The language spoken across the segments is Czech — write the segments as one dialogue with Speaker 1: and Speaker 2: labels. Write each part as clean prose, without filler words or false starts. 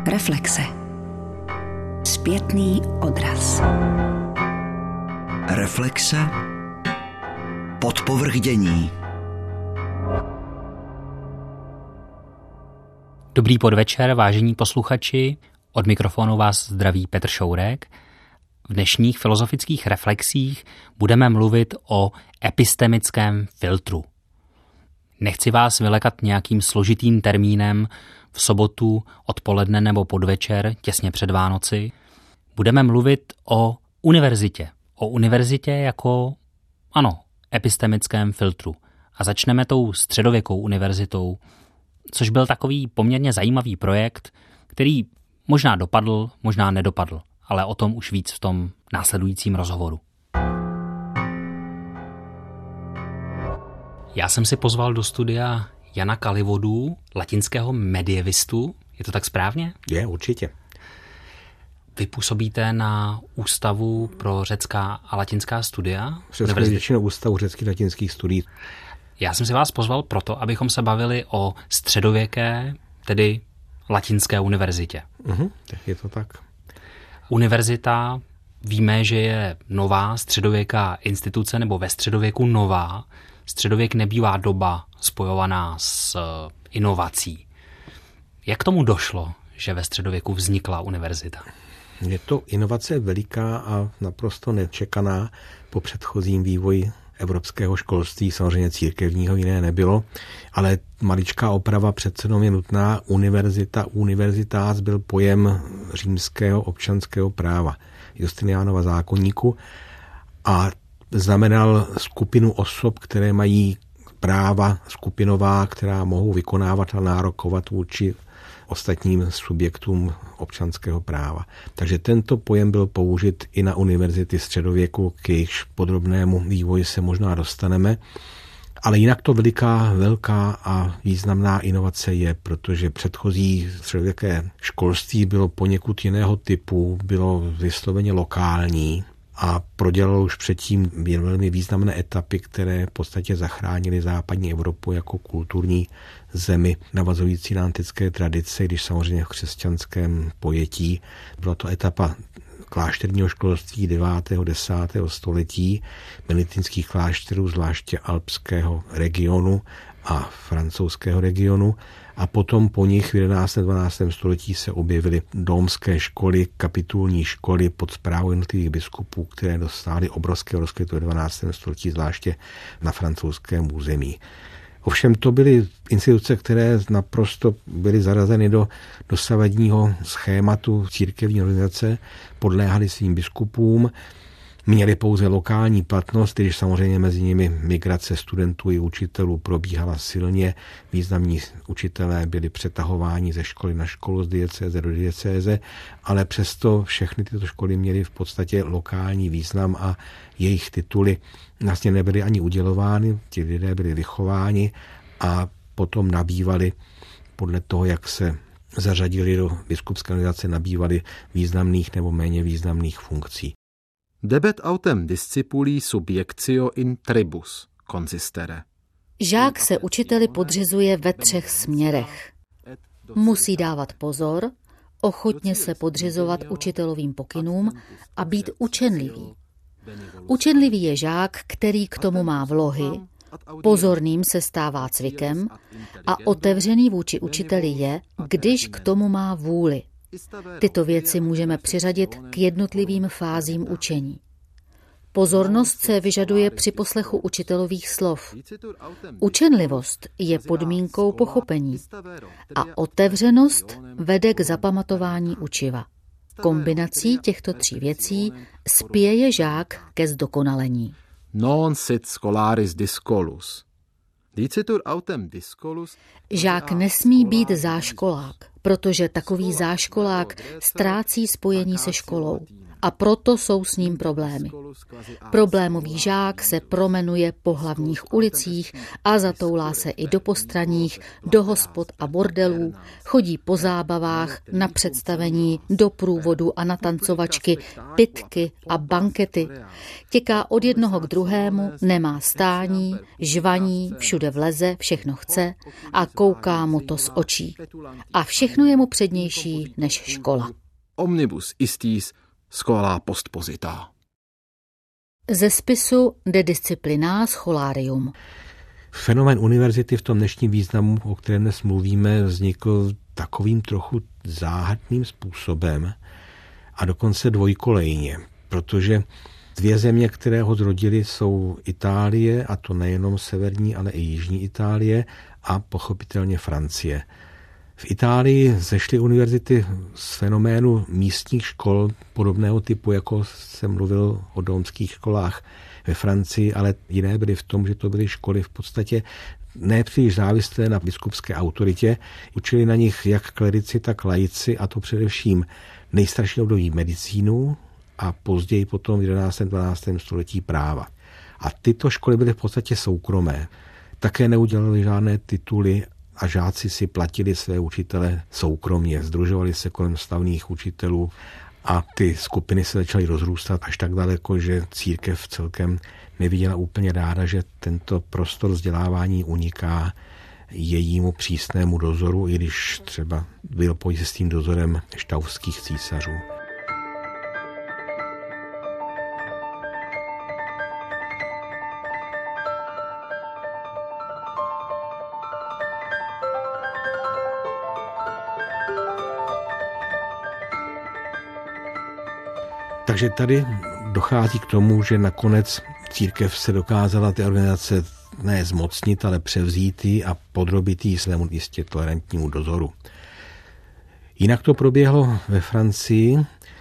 Speaker 1: Reflexe. Zpětný odraz.
Speaker 2: Reflexe. Podpovrchdění.
Speaker 3: Dobrý podvečer, vážení posluchači. Od mikrofonu vás zdraví Petr Šourek. V dnešních filozofických reflexích budeme mluvit o epistemickém filtru. Nechci vás vylekat nějakým složitým termínem v sobotu odpoledne nebo podvečer, těsně před Vánoci. Budeme mluvit o univerzitě. O univerzitě jako, epistemickém filtru. A začneme tou středověkou univerzitou, což byl takový poměrně zajímavý projekt, který možná dopadl, možná nedopadl, ale o tom už víc v tom následujícím rozhovoru. Já jsem si pozval do studia Jana Kalivodu, latinského medievistu. Je to tak správně?
Speaker 4: Je, určitě.
Speaker 3: Vy působíte na Ústavu pro řecká a latinská studia?
Speaker 4: Většinou Ústavu řeckých latinských studií.
Speaker 3: Já jsem si vás pozval proto, abychom se bavili o středověké, tedy latinské univerzitě.
Speaker 4: Tak je to tak.
Speaker 3: Univerzita, víme, že je nová středověká instituce, nebo ve středověku nová. Středověk nebývá doba spojovaná s inovací. Jak k tomu došlo, že ve středověku vznikla univerzita?
Speaker 4: Je to inovace veliká a naprosto nečekaná po předchozím vývoji evropského školství, samozřejmě církevního jiné nebylo, ale maličká oprava přece jenom je nutná. Universitas byl pojem římského občanského práva, Justinianova zákoníku, a znamenal skupinu osob, které mají práva skupinová, která mohou vykonávat a nárokovat vůči ostatním subjektům občanského práva. Takže tento pojem byl použit i na univerzity středověku, k jejichž podrobnému vývoji se možná dostaneme. Ale jinak to velká a významná inovace je, protože předchozí středověké školství bylo poněkud jiného typu, bylo vysloveně lokální a prodělalo už předtím velmi významné etapy, které v podstatě zachránily západní Evropu jako kulturní zemi navazující na antické tradice, když samozřejmě v křesťanském pojetí. Byla to etapa klášterního školství 9. 10. století, benediktinských klášterů, zvláště alpského regionu a francouzského regionu. A potom po nich v 11. 12. století se objevily domské školy, kapitulní školy pod správou jednotlivých biskupů, které dostály obrovské rozkvětu v 12. století, zvláště na francouzském území. Ovšem to byly instituce, které naprosto byly zarazeny do dosavadního schématu církevní organizace, podléhaly svým biskupům, měli pouze lokální platnost, když samozřejmě mezi nimi migrace studentů i učitelů probíhala silně. Významní učitelé byli přetahováni ze školy na školu, z diecéze do diecéze, ale přesto všechny tyto školy měly v podstatě lokální význam a jejich tituly vlastně nebyly ani udělovány, ti lidé byli vychováni a potom nabývali podle toho, jak se zařadili do biskupské organizace, nabývali významných nebo méně významných funkcí.
Speaker 5: Debet autem discipuli subjectio in tribus consistere.
Speaker 6: Žák se učiteli podřizuje ve 3 směrech. Musí dávat pozor, ochotně se podřizovat učitelovým pokynům a být učenlivý. Učenlivý je žák, který k tomu má vlohy, pozorným se stává cvikem a otevřený vůči učiteli je, když k tomu má vůli. Tyto věci můžeme přiřadit k jednotlivým fázím učení. Pozornost se vyžaduje při poslechu učitelových slov. Učenlivost je podmínkou pochopení a otevřenost vede k zapamatování učiva. Kombinací těchto 3 věcí spěje žák ke zdokonalení.
Speaker 5: Non sit scholaris discolus. Dicitur autem discolus.
Speaker 6: Žák nesmí být záškolák, protože takový záškolák ztrácí spojení se školou a proto jsou s ním problémy. Problémový žák se promenuje po hlavních ulicích a zatoulá se i do postranních, do hospod a bordelů, chodí po zábavách, na představení, do průvodu a na tancovačky, pitky a bankety. Těká od jednoho k druhému, nemá stání, žvaní, všude vleze, všechno chce a kouká mu to z očí. A všechno všechno je mu přednější než škola.
Speaker 5: Omnibus istis schola postposita.
Speaker 6: Ze spisu De disciplina scholarium.
Speaker 4: Fenomén univerzity v tom dnešním významu, o kterém dnes mluvíme, vznikl takovým trochu záhadným způsobem a dokonce dvojkolejně, protože dvě země, které ho zrodily, jsou Itálie, a to nejenom severní, ale i jižní Itálie, a pochopitelně Francie. V Itálii zešly univerzity z fenoménu místních škol podobného typu, jako jsem mluvil o domských školách ve Francii, ale jiné byly v tom, že to byly školy v podstatě nepříliš závislé na biskupské autoritě. Učili na nich jak klerici, tak laici, a to především nejstarší období medicínu a později potom v 11. 12. století práva. A tyto školy byly v podstatě soukromé. Také neudělali žádné tituly a žáci si platili své učitele soukromně, sdružovali se kolem slavných učitelů a ty skupiny se začaly rozrůstat až tak daleko, že církev celkem neviděla úplně ráda, že tento prostor vzdělávání uniká jejímu přísnému dozoru, i když třeba byl pod jistým dozorem štauských císařů. Takže tady dochází k tomu, že nakonec církev se dokázala té organizace ne zmocnit, ale převzít ji a podrobit ji svému jistě tolerantnímu dozoru. Jinak to proběhlo ve Francii,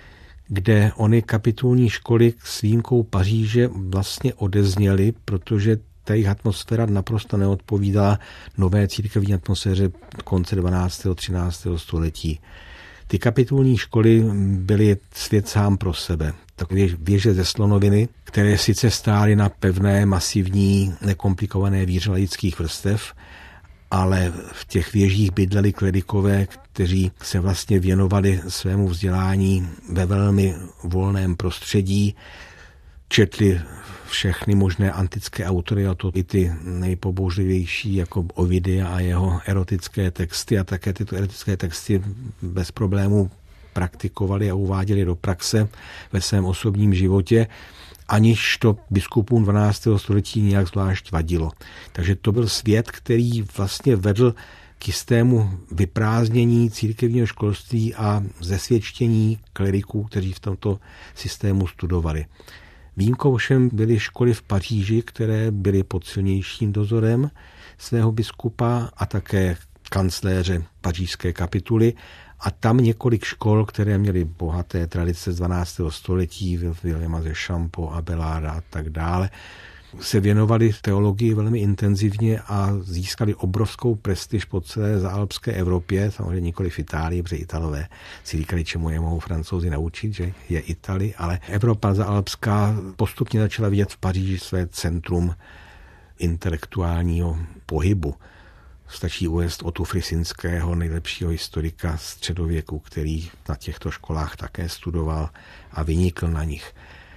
Speaker 4: kde ony kapitulní školy s výjimkou Paříže vlastně odezněly, protože ta jejich atmosféra naprosto neodpovídala nové církevní atmosféře konce 12. 13. století. Ty kapitulní školy byly svět sám pro sebe. Takové věže ze slonoviny, které sice stály na pevné, masivní, nekomplikované víře laických vrstev, ale v těch věžích bydleli klerikové, kteří se vlastně věnovali svému vzdělání ve velmi volném prostředí, četli všechny možné antické autory, a to i ty nejpobouřlivější, jako Ovidia a jeho erotické texty, a také tyto erotické texty bez problémů praktikovali a uváděli do praxe ve svém osobním životě, aniž to biskupům 12. století nějak zvlášť vadilo. Takže to byl svět, který vlastně vedl k jistému vyprázdnění církevního školství a zesvědčení kleriků, kteří v tomto systému studovali. Výjimkou všem byly školy v Paříži, které byly pod silnějším dozorem svého biskupa a také kancléře pařížské kapituly, a tam několik škol, které měly bohaté tradice z 12. století, Williama ze Champeau, Abelarda a tak dále, se věnovali teologii velmi intenzivně a získali obrovskou prestiž po celé zaalpské Evropě, samozřejmě nikoli v Itálii, protože Italové si říkali, čemu je mohou Francouzi naučit, že je Itali, ale Evropa zaalpská postupně začala vidět v Paříži své centrum intelektuálního pohybu. Stačí uvést Otu Frisinského, nejlepšího historika středověku, který na těchto školách také studoval a vynikl na nich.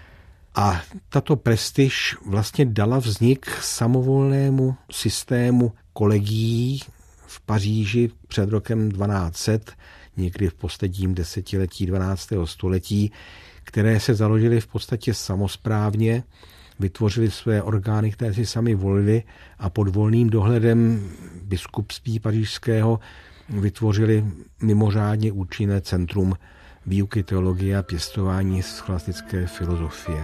Speaker 4: A tato prestiž vlastně dala vznik samovolnému systému kolegií v Paříži před rokem 1200, někdy v posledním desetiletí 12. století, které se založily v podstatě samosprávně, vytvořili své orgány, které si sami volili, a pod volným dohledem biskupství pařížského vytvořili mimořádně účinné centrum výuky teologie a pěstování scholastické filozofie.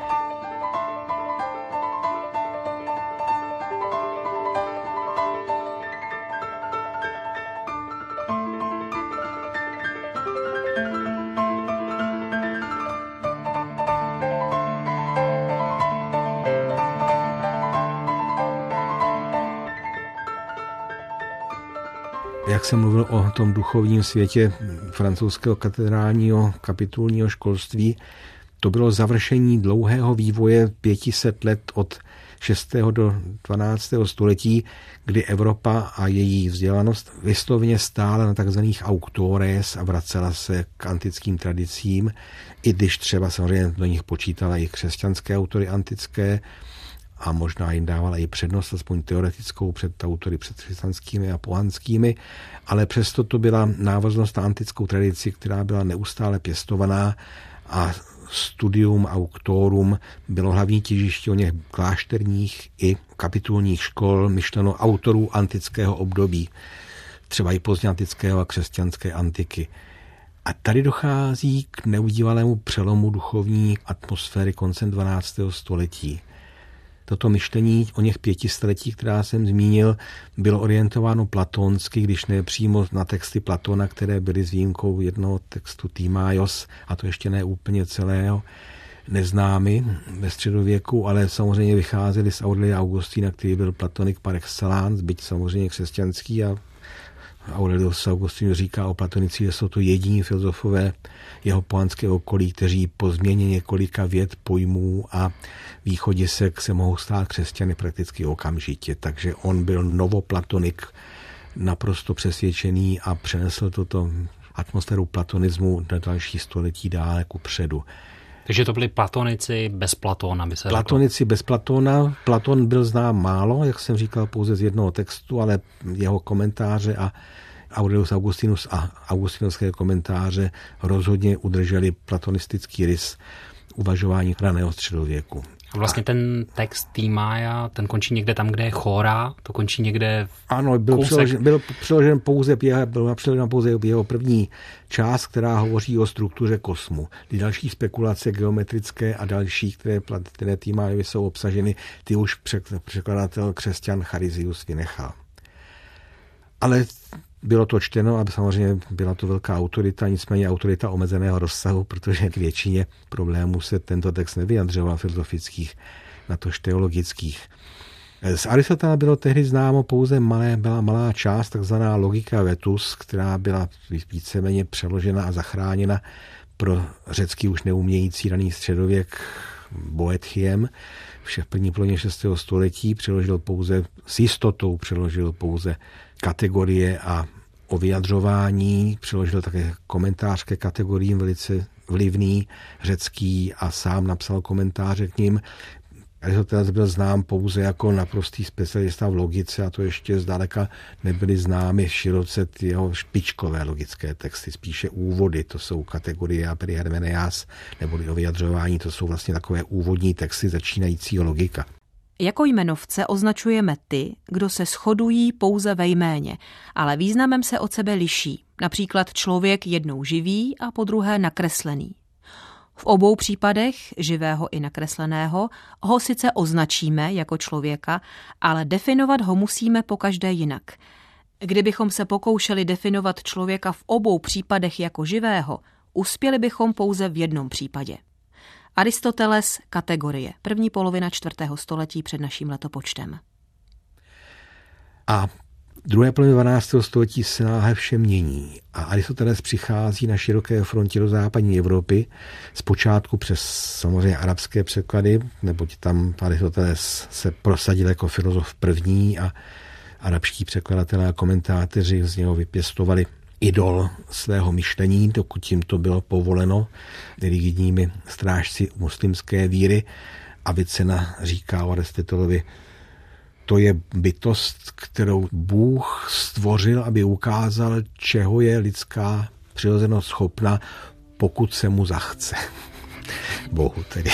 Speaker 4: Jak jsem mluvil o tom duchovním světě francouzského katedrálního kapitulního školství, to bylo završení dlouhého vývoje 500 let od 6. do 12. století, kdy Evropa a její vzdělanost vyslovně stála na takzvaných auctores a vracela se k antickým tradicím, i když třeba samozřejmě do nich počítala i křesťanské autory antické, a možná jim dávala i přednost, aspoň teoretickou, před autory předkřesťanskými a pohanskými, ale přesto to byla návaznost na antickou tradici, která byla neustále pěstovaná a studium auctorum bylo hlavní těžiště o něch klášterních i kapitulních škol, myšleno autorů antického období, třeba i pozdňantického a křesťanské antiky. A tady dochází k neudívalému přelomu duchovní atmosféry koncem 12. století. Toto myšlení o něch 500 která jsem zmínil, bylo orientováno platonsky, když ne přímo na texty Platona, které byly s výjimkou jednoho textu Timaios, a to ještě ne úplně celého, neznámy ve středověku, ale samozřejmě vycházeli z Aurelia Augustina, který byl platonik par excellence, byť samozřejmě křesťanský, a Aurelius Augustinus říká o platonici, že jsou to jediní filozofové jeho pohanského okolí, kteří po změně několika vět, pojmů a východisek se mohou stát křesťany prakticky okamžitě. Takže on byl novoplatonik, naprosto přesvědčený a přenesl tuto atmosféru platonismu na další století dále kupředu.
Speaker 3: Takže to byli platonici bez Platona, by se řeklo.
Speaker 4: Platonici bez Platona. Platon byl znám málo, jak jsem říkal, pouze z jednoho textu, ale jeho komentáře a Aurelius Augustinus a augustinovské komentáře rozhodně udrželi platonistický rys uvažování raného středověku.
Speaker 3: A vlastně ten text Timaia, ten končí někde tam, kde je chóra, to končí někde v
Speaker 4: Ano, byl přeložen pouze jeho první část, která hovoří o struktuře kosmu. Ty další spekulace geometrické a další, které Timaiovy jsou obsaženy, ty už překladatel křesťan Charizius vynechal. Ale bylo to čteno a samozřejmě byla to velká autorita, nicméně autorita omezeného rozsahu, protože k většině problémů se tento text nevyjadřoval filozofických, natož teologických. Z Aristotela bylo tehdy známo pouze malá část, takzvaná Logika Vetus, která byla víceméně přeložena a zachráněna pro řecky už neumějící raný středověk Boetchiem. V první polovině 6. století s jistotou přeložil pouze kategorie a o vyjadřování, přeložil také komentář ke kategoriím velice vlivný řecký a sám napsal komentáře k nim. Aristoteles byl znám pouze jako naprostý specialista v logice a to ještě zdaleka nebyly známy široce jeho špičkové logické texty, spíše úvody, to jsou kategorie a perihermeneias, neboli o vyjadřování, to jsou vlastně takové úvodní texty začínajícího logika.
Speaker 1: Jako jmenovce označujeme ty, kdo se shodují pouze ve jméně, ale významem se od sebe liší. Například člověk jednou živý a podruhé nakreslený. V obou případech, živého i nakresleného, ho sice označíme jako člověka, ale definovat ho musíme pokaždé jinak. Kdybychom se pokoušeli definovat člověka v obou případech jako živého, uspěli bychom pouze v jednom případě. Aristoteles, kategorie, první polovina 4. století před naším letopočtem.
Speaker 4: A druhé poloviny 12. století se náhle vše mění a Aristoteles přichází na široké frontě do západní Evropy, zpočátku přes samozřejmě arabské překlady, neboť tam Aristoteles se prosadil jako filozof první a arabští překladatelé a komentátoři z něho vypěstovali idol svého myšlení, dokud jim to bylo povoleno rigidními strážci muslimské víry. Avicenna říká o Aristotelovi, to je bytost, kterou Bůh stvořil, aby ukázal, čeho je lidská přirozenost schopna, pokud se mu zachce. Bohu tedy.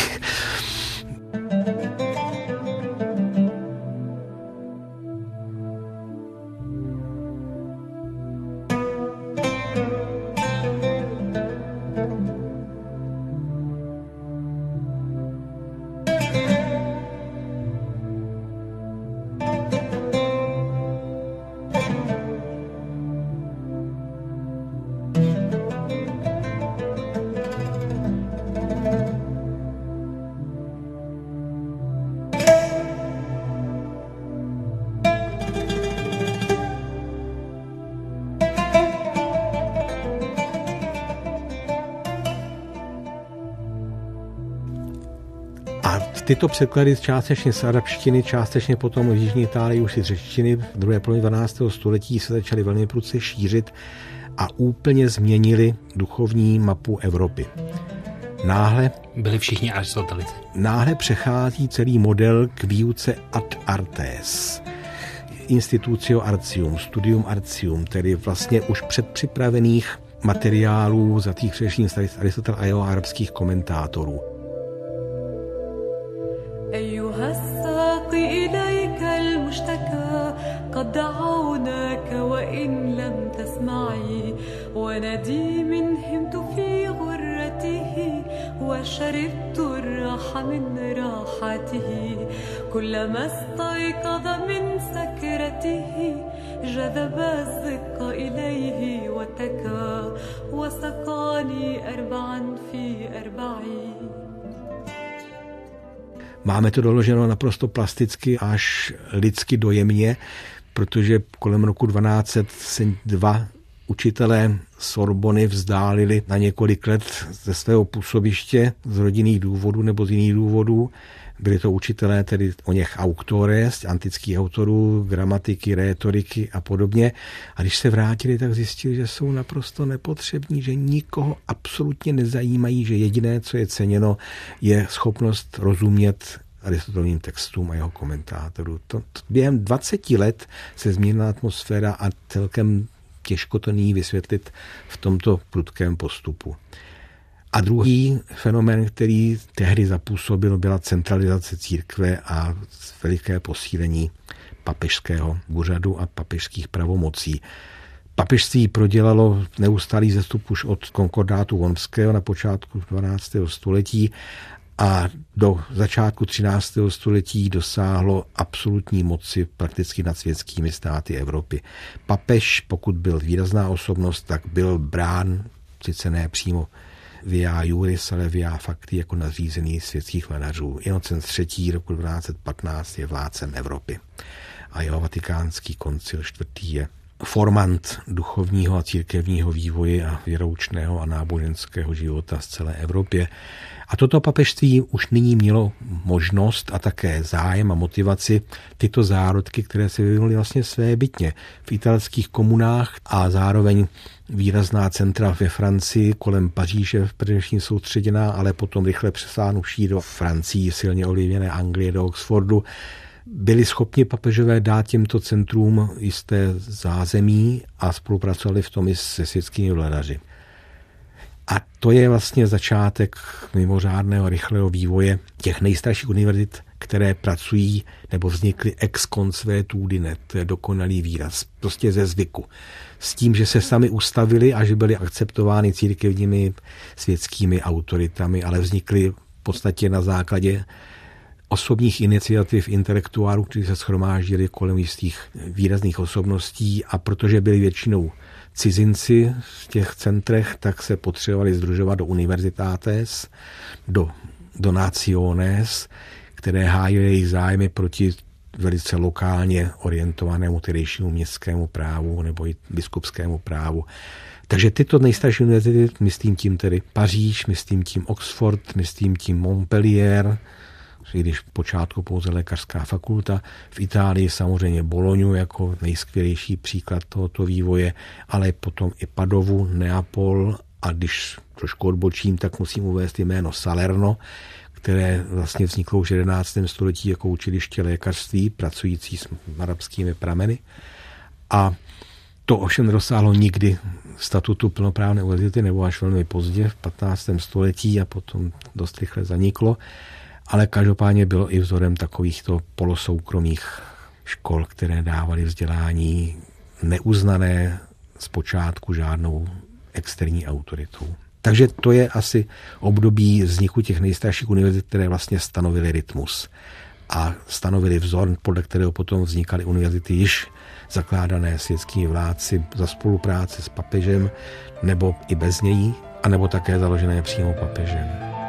Speaker 4: Tyto překlady částečně z arabštiny, částečně potom v jižní Itálii už z řečtiny v druhé polovině 12. století se začaly velmi prudce šířit a úplně změnili duchovní mapu Evropy. náhle
Speaker 3: byli všichni Aristotelici.
Speaker 4: Náhle přechází celý model k výuce ad artes. Institutio artium, studium artium, tedy vlastně už předpřipravených materiálů za těch především Aristotel a jeho arabských komentátorů.
Speaker 2: قد دعوناك وإن لم تسمعي وندي من همت في غرته وشربت الراح من راحته كلما استيقظ من سكرته جذب الزق إليه واتكى وسقاني 4 في 4.
Speaker 4: Máme to doloženo naprosto plasticky až lidsky dojemně, protože kolem roku 1200 se 2 učitelé Sorbony vzdálili na několik let ze svého působiště z rodinných důvodů nebo z jiných důvodů. Byli to učitelé tedy o něch autores, antických autorů, gramatiky, rétoriky a podobně. A když se vrátili, tak zjistili, že jsou naprosto nepotřební, že nikoho absolutně nezajímají, že jediné, co je ceněno, je schopnost rozumět Aristotelovým textům a jeho komentátorů. Během 20 let se změnila atmosféra a celkem těžko to nyní vysvětlit v tomto prudkém postupu. A druhý fenomén, který tehdy zapůsobil, byla centralizace církve a veliké posílení papežského úřadu a papežských pravomocí. Papežství prodělalo neustálý zestup už od konkordátu Wormského na počátku 12. století a do začátku 13. století dosáhlo absolutní moci prakticky nad světskými státy Evropy. Papež, pokud byl výrazná osobnost, tak byl brán, sice ne přímo via juris, ale via facti jako nadřízený světských vladařů. Inocent III. Roku 1215 je vládcem Evropy a jeho vatikánský koncil IV. Je formant duchovního a církevního vývoje a věroučného a náboženského života z celé Evropě. A toto papežství už nyní mělo možnost a také zájem a motivaci tyto zárodky, které se vyvinuly vlastně svébytně v italských komunách a zároveň výrazná centra ve Francii, kolem Paříže především soustředěná, ale potom rychle přesáhnuší do Francii, silně ovlivněné Anglie, do Oxfordu, byli schopni papežové dát těmto centrům jisté zázemí a spolupracovali v tom i se světskými vladaři. A to je vlastně začátek mimořádného rychlého vývoje těch nejstarších univerzit, které pracují nebo vznikly ex consuetudine, to je dokonalý výraz, prostě ze zvyku. S tím, že se sami ustavili a že byly akceptovány církevními světskými autoritami, ale vznikly v podstatě na základě osobních iniciativ intelektuálů, kteří se shromáždili kolem jistých výrazných osobností a protože byli většinou cizinci v těch centrech, tak se potřebovali sdružovat do universitates, do naciones, které hájily jejich zájmy proti velice lokálně orientovanému tehdejšímu městskému právu nebo i biskupskému právu. Takže tyto nejstarší univerzity, myslím tím tedy Paříž, myslím tím Oxford, myslím tím Montpellier, i když v počátku pouze lékařská fakulta, v Itálii samozřejmě Bolognu jako nejskvělejší příklad tohoto vývoje, ale potom i Padovu, Neapol a když trošku odbočím, tak musím uvést jméno Salerno, které vlastně vzniklo už v 11. století jako učiliště lékařství, pracující s arabskými prameny. A to ovšem nedosáhlo nikdy statutu plnoprávné univerzity, nebo až velmi pozdě v 15. století a potom dost rychle zaniklo. Ale každopádně bylo i vzorem takovýchto polosoukromých škol, které dávaly vzdělání neuznané zpočátku žádnou externí autoritou. Takže to je asi období vzniku těch nejstarších univerzit, které vlastně stanovily rytmus a stanovily vzor, podle kterého potom vznikaly univerzity již zakládané světskými vládci za spolupráce s papežem, nebo i bez něj, anebo také založené přímo papežem.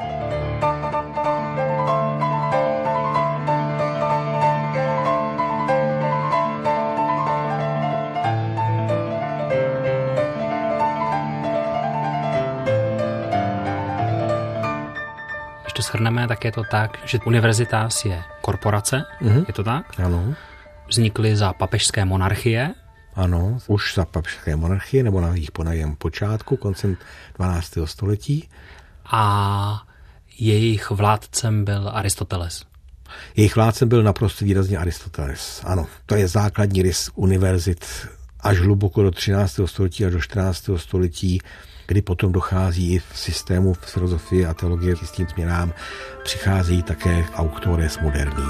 Speaker 3: Shrneme, tak je to tak, že univerzitas je korporace, je to tak?
Speaker 4: Ano.
Speaker 3: Vznikly za papežské monarchie.
Speaker 4: Ano, už za papežské monarchie, nebo na jejich počátku, koncem 12. století.
Speaker 3: A jejich vládcem byl Aristoteles.
Speaker 4: Jejich vládcem byl naprosto výrazně Aristoteles. Ano, to je základní rys univerzit až hluboko do 13. století až do 14. století, kdy potom dochází i v systému filozofie a teologie k jistým změnám, přichází také autores moderní.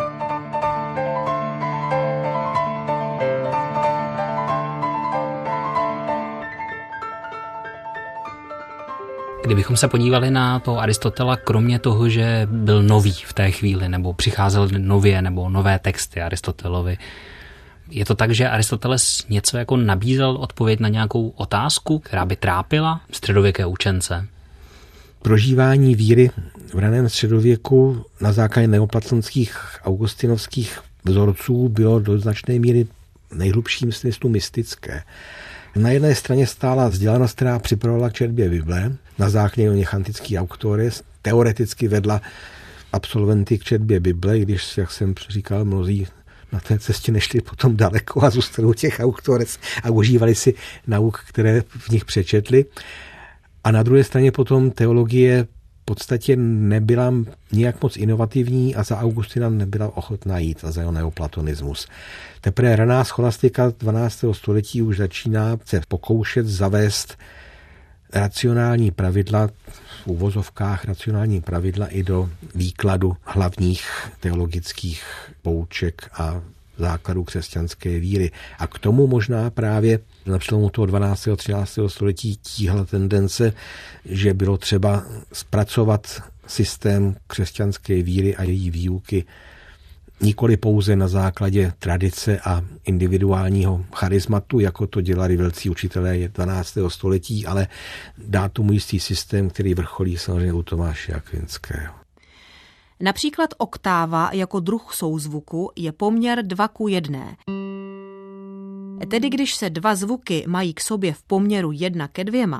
Speaker 3: Kdybychom se podívali na toho Aristotela, kromě toho, že byl nový v té chvíli, nebo přicházel nově, nebo nové texty Aristotelovi, je to tak, že Aristoteles něco jako nabízel odpověď na nějakou otázku, která by trápila středověké učence?
Speaker 4: Prožívání víry v raném středověku na základě neoplatonských augustinovských vzorců bylo do značné míry v nejhlubším smyslu mystické. Na jedné straně stála vzdělanost, která připravovala k četbě Bible, na základě oněch antických autores, teoreticky vedla absolventy k četbě Bible, když, jak jsem říkal, mnozí na té cestě nešli potom daleko a zůstali u těch autores a užívali si nauk, které v nich přečetli. A na druhé straně potom teologie v podstatě nebyla nijak moc inovativní a za Augustina nebyla ochotná jít a za jeho neoplatonismus. Teprve raná scholastika 12. století už začíná se pokoušet zavést racionální pravidla, v uvozovkách racionální pravidla i do výkladu hlavních teologických pouček a základů křesťanské víry. A k tomu možná právě na přelomu toho 12. a 13. století tíhla tendence, že bylo třeba zpracovat systém křesťanské víry a její výuky nikoli pouze na základě tradice a individuálního charizmatu, jako to dělali velcí učitelé 12. století, ale dát tomu jistý systém, který vrcholí samozřejmě u Tomáše Akvinského.
Speaker 1: Například oktáva jako druh souzvuku je poměr 2:1. Tedy když se dva zvuky mají k sobě v poměru 1:2,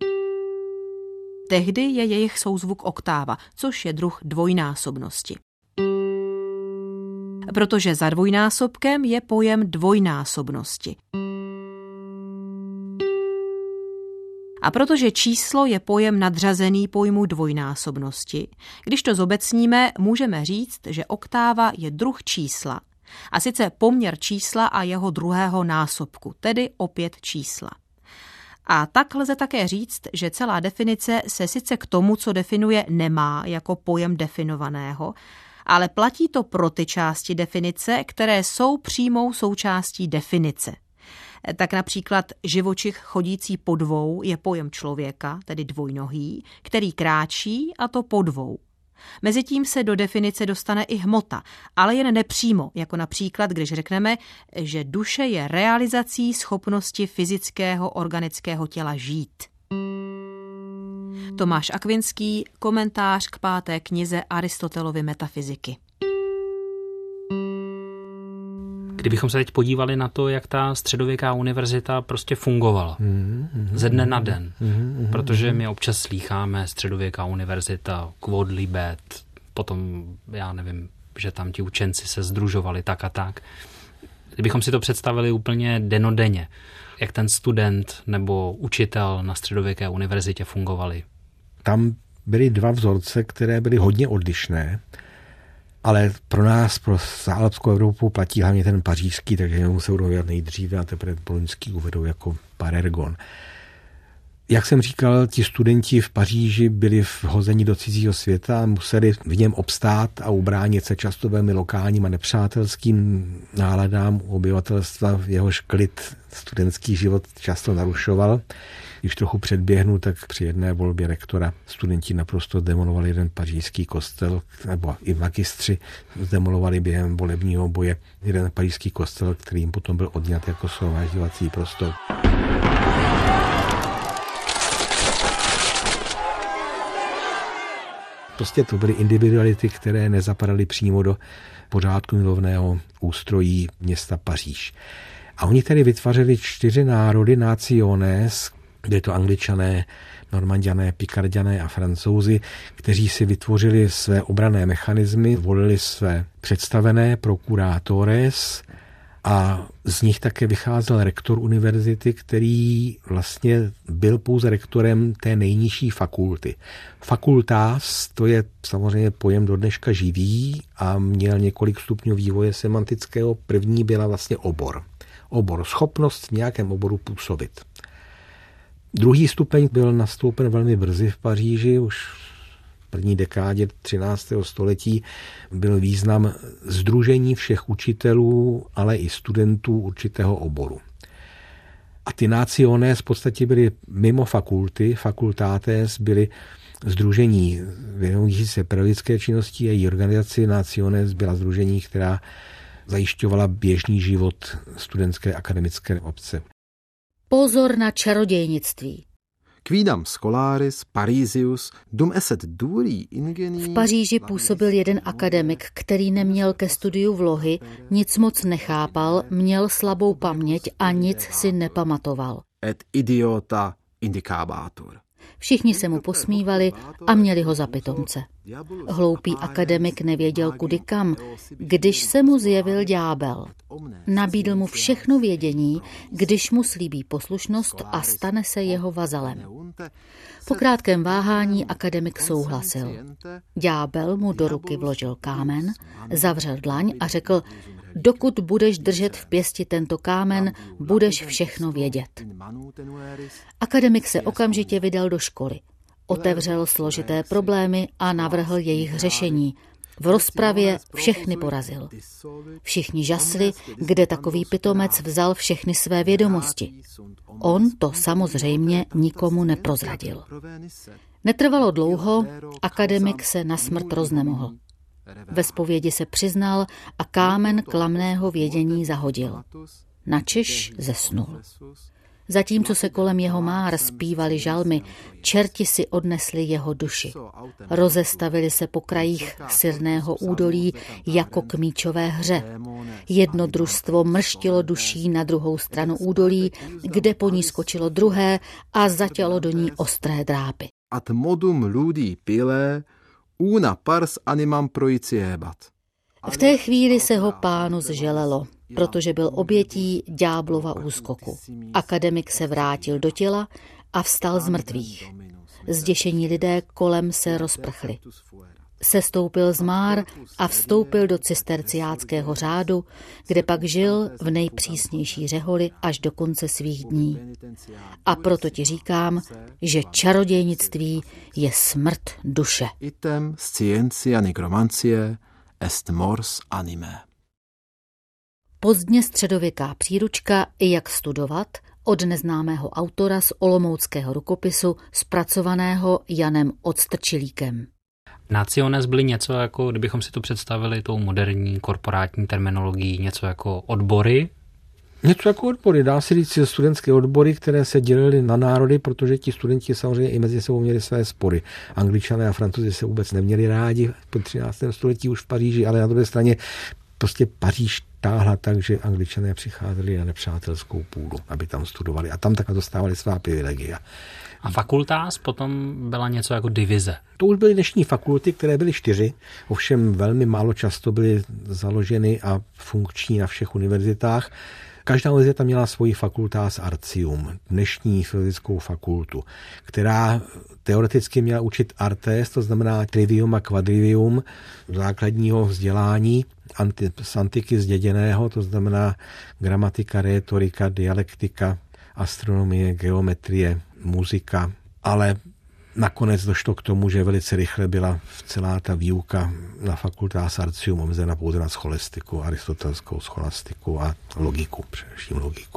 Speaker 1: tehdy je jejich souzvuk oktáva, což je druh dvojnásobnosti. Protože za dvojnásobkem je pojem dvojnásobnosti. A protože číslo je pojem nadřazený pojmu dvojnásobnosti, když to zobecníme, můžeme říct, že oktáva je druh čísla, a sice poměr čísla a jeho druhého násobku, tedy opět čísla. A tak lze také říct, že celá definice se sice k tomu, co definuje, nemá jako pojem definovaného, ale platí to pro ty části definice, které jsou přímou součástí definice. Tak například živočich chodící po dvou je pojem člověka, tedy dvojnohý, který kráčí, a to po dvou. Mezitím se do definice dostane i hmota, ale jen nepřímo, jako například, když řekneme, že duše je realizací schopnosti fyzického organického těla žít. Tomáš Akvinský, komentář k 5. knize Aristotelovy metafyziky.
Speaker 3: Kdybychom se teď podívali na to, jak ta středověká univerzita prostě fungovala ze dne na den, protože my občas slýcháme středověká univerzita, quod libet, potom, já nevím, že tam ti učenci se sdružovali tak a tak. Kdybychom si to představili úplně denodenně, jak ten student nebo učitel na středověké univerzitě fungovali.
Speaker 4: Tam byly dva vzorce, které byly hodně odlišné, ale pro nás, pro zálepskou Evropu, platí hlavně ten pařížský, takže mu se budou vědět nejdříve a teprve boloňský uvedou jako parergon. Jak jsem říkal, ti studenti v Paříži byli vhozeni do cizího světa a museli v něm obstát a ubránit se často velmi lokálním a nepřátelským náladám obyvatelstva, jehož klid studentský život často narušoval. Když trochu předběhnu, tak při jedné volbě rektora studenti naprosto demolovali jeden pařížský kostel, nebo i magistři demolovali během volebního boje jeden pařížský kostel, který jim potom byl odňat jako shromažďovací prostor. Prostě to byly individuality, které nezapadaly přímo do pořádku milovného ústrojí města Paříž. A oni tady vytvořili 4 národy, naciones, kde to Angličané, Normanďané, Pikarďané a Francouzi, kteří si vytvořili své obranné mechanismy, volili své představené procuratores A z nich také vycházel rektor univerzity, který vlastně byl pouze rektorem té nejnižší fakulty. Fakultas, to je samozřejmě pojem do dneška živý a měl několik stupňů vývoje semantického. První byla vlastně obor. Obor, schopnost v nějakém oboru působit. Druhý stupeň byl nastoupen velmi brzy v Paříži, už v první dekádě 13. století byl význam sdružení všech učitelů, ale i studentů určitého oboru. A ty naciones v podstatě byly mimo fakulty, facultates byly sdružení věnující se pedagogické činnosti, a její organizaci naciones byla sdružení, která zajišťovala běžný život studentské akademické obce.
Speaker 6: Pozor na čarodějnictví.
Speaker 5: Quidam scholaris Parisius dum esset duri ingenii.
Speaker 6: V Paříži působil jeden akademik, který neměl ke studiu vlohy, nic moc nechápal, měl slabou paměť a nic si nepamatoval.
Speaker 5: Et idiota indicabatur.
Speaker 6: Všichni se mu posmívali a měli ho za pitomce. Hloupý akademik nevěděl kudy kam, když se mu zjevil ďábel. Nabídl mu všechno vědění, když mu slíbí poslušnost a stane se jeho vazalem. Po krátkém váhání akademik souhlasil. Ďábel mu do ruky vložil kámen, zavřel dlaň a řekl: dokud budeš držet v pěsti tento kámen, budeš všechno vědět. Akademik se okamžitě vydal do školy. Otevřel složité problémy a navrhl jejich řešení. V rozpravě všechny porazil. Všichni žasli, kde takový pitomec vzal všechny své vědomosti. On to samozřejmě nikomu neprozradil. Netrvalo dlouho, akademik se na smrt roznemohl. Ve zpovědi se přiznal a kámen klamného vědění zahodil. Načež zesnul. Zatímco se kolem jeho már zpívali žalmy, čerti si odnesli jeho duši. Rozestavili se po krajích sirného údolí jako k míčové hře. Jedno družstvo mrštilo duší na druhou stranu údolí, kde po ní skočilo druhé a zatělo do ní ostré drápy.
Speaker 5: Ad modum ludi pile una pars animam proiciebat.
Speaker 6: V té chvíli se ho pánu zželelo, protože byl obětí ďáblova úskoku. Akademik se vrátil do těla a vstal z mrtvých. Zděšení lidé kolem se rozprchli. Sestoupil z már a vstoupil do cisterciáckého řádu, kde pak žil v nejpřísnější řeholi až do konce svých dní. A proto ti říkám, že čarodějnictví je smrt duše.
Speaker 5: Item scientia nigromancie est mors anime.
Speaker 6: Pozdně středověká příručka Jak studovat od neznámého autora z olomouckého rukopisu zpracovaného Janem Odstrčilíkem.
Speaker 3: Naciones byly něco jako, kdybychom si to představili tou moderní korporátní terminologií, něco jako odbory?
Speaker 4: Něco jako odbory, dá se říct studentské odbory, které se dělily na národy, protože ti studenti samozřejmě i mezi sebou měli své spory. Angličané a Francouzi se vůbec neměli rádi po 13. století už v Paříži, ale na druhé straně prostě Paříž táhla tak, že Angličané přicházeli na nepřátelskou půdu, aby tam studovali a tam také dostávali svá privilegia.
Speaker 3: A fakultás potom byla něco jako divize.
Speaker 4: To už byly dnešní fakulty, které byly 4, ovšem velmi málo často byly založeny a funkční na všech univerzitách. Každá univerzita měla svoji facultas artium, dnešní filozofickou fakultu, která teoreticky měla učit artes, to znamená trivium a quadrivium základního vzdělání, z antiky zděděného, to znamená gramatika, rétorika, dialektika, astronomie, geometrie, muzika, ale nakonec došlo k tomu, že velice rychle byla celá ta výuka na fakultas artium omezena pouze na scholastiku, aristotelskou scholastiku a logiku, především logiku.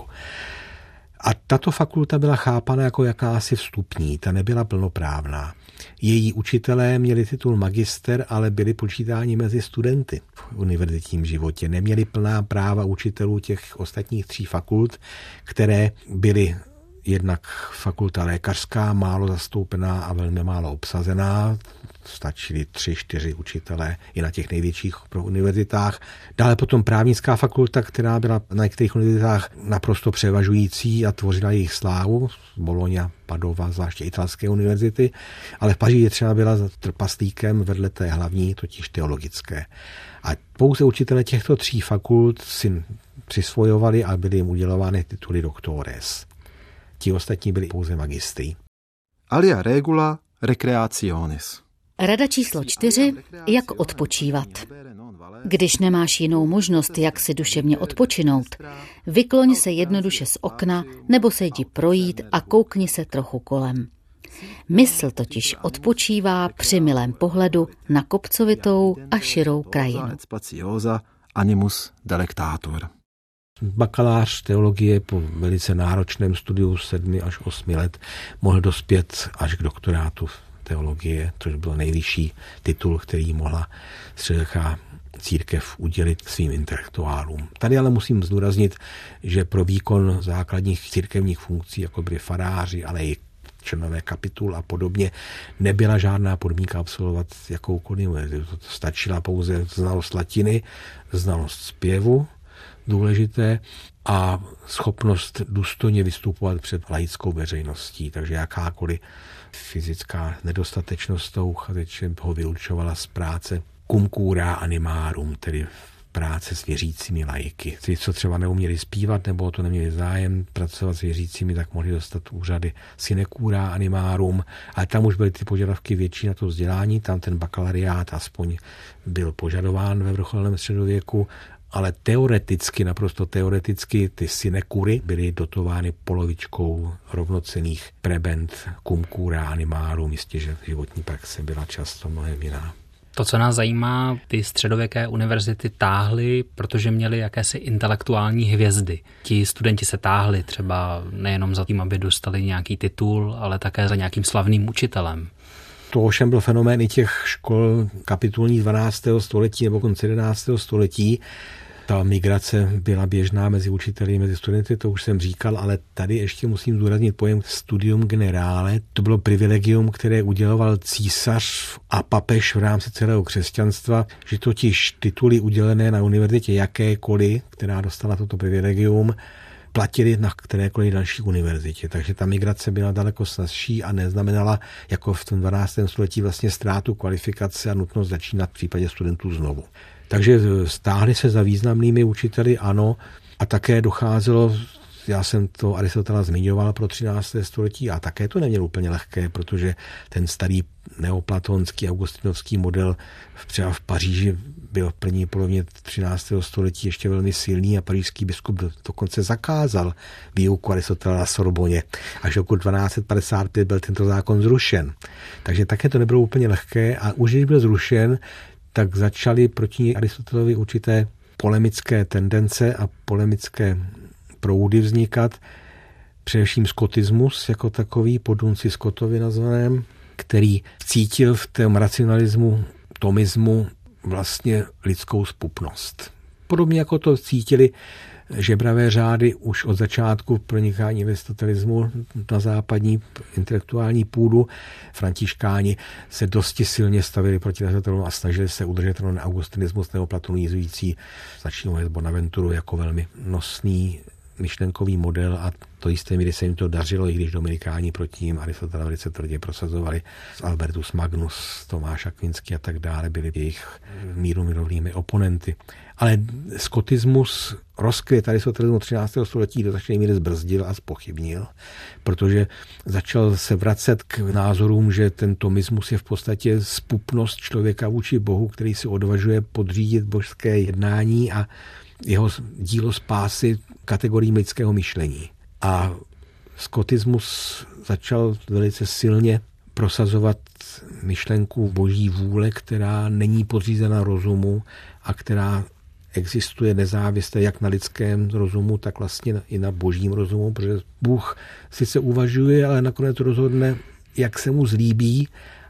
Speaker 4: A tato fakulta byla chápána jako jakási vstupní, ta nebyla plnoprávná. Její učitelé měli titul magister, ale byli počítáni mezi studenty v univerzitním životě. Neměli plná práva učitelů těch ostatních 3 fakult, které byly jednak fakulta lékařská, málo zastoupená a velmi málo obsazená. Stačili 3-4 učitelé i na těch největších univerzitách. Dále potom právnická fakulta, která byla na některých univerzitách naprosto převažující a tvořila jejich slávu. Bologna, Padova, zvláště italské univerzity. Ale v Paříži třeba byla trpaslíkem vedle té hlavní, totiž teologické. A pouze učitelé těchto 3 fakult si přisvojovali a byly jim udělovány tituly doctores. Ti ostatní byli pouze magistri.
Speaker 5: Alia regula recreationis.
Speaker 6: Rada číslo 4. Jak odpočívat. Když nemáš jinou možnost, jak si duševně odpočinout, vykloň se jednoduše z okna nebo se jdi projít a koukni se trochu kolem. Mysl totiž odpočívá při milém pohledu na kopcovitou a širou krajinu.
Speaker 5: Animus delectator.
Speaker 4: Bakalář teologie po velice náročném studiu 7 až 8 let mohl dospět až k doktorátu teologie, což byl nejvyšší titul, který mohla středověká církev udělit svým intelektuálům. Tady ale musím zdůraznit, že pro výkon základních církevních funkcí, jako byli faráři, ale i členové kapitul a podobně, nebyla žádná podmínka absolvovat jakoukoliv univerzitu. Stačila pouze znalost latiny, znalost zpěvu, důležité, a schopnost důstojně vystupovat před laickou veřejností. Takže jakákoliv fyzická nedostatečnost toho uchazeče ho vylučovala z práce cum cura animarum, tedy práce s věřícími laiky. Ti, co třeba neuměli zpívat nebo to neměli zájem pracovat s věřícími, tak mohli dostat úřady sine cura animarum, ale tam už byly ty požadavky větší na to vzdělání, tam ten bakalariát aspoň byl požadován ve vrcholném středověku, ale teoreticky, naprosto teoreticky, ty sinekury byly dotovány polovičkou rovnocenných prebend cum cura animarum, jistě, že životní praxe byla často mnohem jiná.
Speaker 3: To, co nás zajímá, ty středověké univerzity táhly, protože měly jakési intelektuální hvězdy. Ti studenti se táhli třeba nejenom za tím, aby dostali nějaký titul, ale také za nějakým slavným učitelem.
Speaker 4: To ovšem byl fenomén i těch škol kapitulních 12. století nebo konce 11. století. Ta migrace byla běžná mezi učiteli, mezi studenty, to už jsem říkal, ale tady ještě musím zdůraznit pojem studium generale. To bylo privilegium, které uděloval císař a papež v rámci celého křesťanstva, že totiž tituly udělené na univerzitě jakékoliv, která dostala toto privilegium, platili na kterékoliv další univerzitě. Takže ta migrace byla daleko snazší a neznamenala jako v tom 12. století vlastně ztrátu kvalifikace a nutnost začínat v případě studentů znovu. Takže stáhli se za významnými učiteli, ano, a také docházelo, já jsem to Aristotela zmiňoval pro 13. století a také to neměl úplně lehké, protože ten starý neoplatonský augustinovský model třeba v Paříži byl v první polovině 13. století ještě velmi silný a pařížský biskup dokonce zakázal výuku Aristotela na Sorboně. Až roku 1255 byl tento zákon zrušen. Takže také to nebylo úplně lehké a už když byl zrušen, tak začaly proti Aristotelovi určité polemické tendence a polemické proudy vznikat. Především skotismus jako takový, po Dunci Scottovi nazvaném, který cítil v tom racionalismu, tomismu vlastně lidskou zpupnost. Podobně jako to cítili žebravé řády už od začátku pronikání aristotelismu na západní intelektuální půdu. Františkáni se dosti silně stavili proti Aristotelu a snažili se udržet ten augustinismus neoplatonizující, začínali s Bonaventuru jako velmi nosný myšlenkový model a to jisté míry se jim to dařilo, i když dominikáni proti ním Aristotela velice tvrdě prosazovali. Albertus Magnus, Tomáš Akvinský a tak dále byli jejich mírumilovnými oponenty. Ale skotismus rozkvět aristotelismu 13. století do značné míry zbrzdil a zpochybnil, protože začal se vracet k názorům, že ten tomismus je v podstatě zpupnost člověka vůči Bohu, který si odvažuje podřídit božské jednání a jeho dílo spásy kategoriím lidského myšlení. A skotismus začal velice silně prosazovat myšlenku boží vůle, která není podřízena rozumu a která existuje nezávisle jak na lidském rozumu, tak vlastně i na božím rozumu, protože Bůh sice uvažuje, ale nakonec rozhodne, jak se mu zlíbí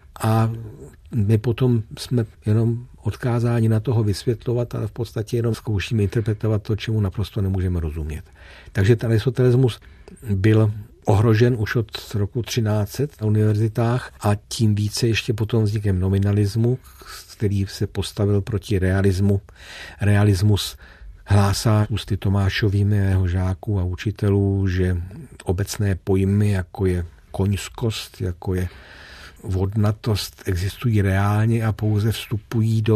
Speaker 4: a my potom jsme jenom odkázáni na toho vysvětlovat, ale v podstatě jenom zkoušíme interpretovat to, čemu naprosto nemůžeme rozumět. Takže ten aristotelismus byl ohrožen už od roku 1300 na univerzitách a tím více ještě potom vznikem nominalismu, který se postavil proti realismu. Realismus hlásá ústy Tomášovými a jeho žáků a učitelů, že obecné pojmy, jako je koňskost, jako je vodnatost, existují reálně a pouze vstupují do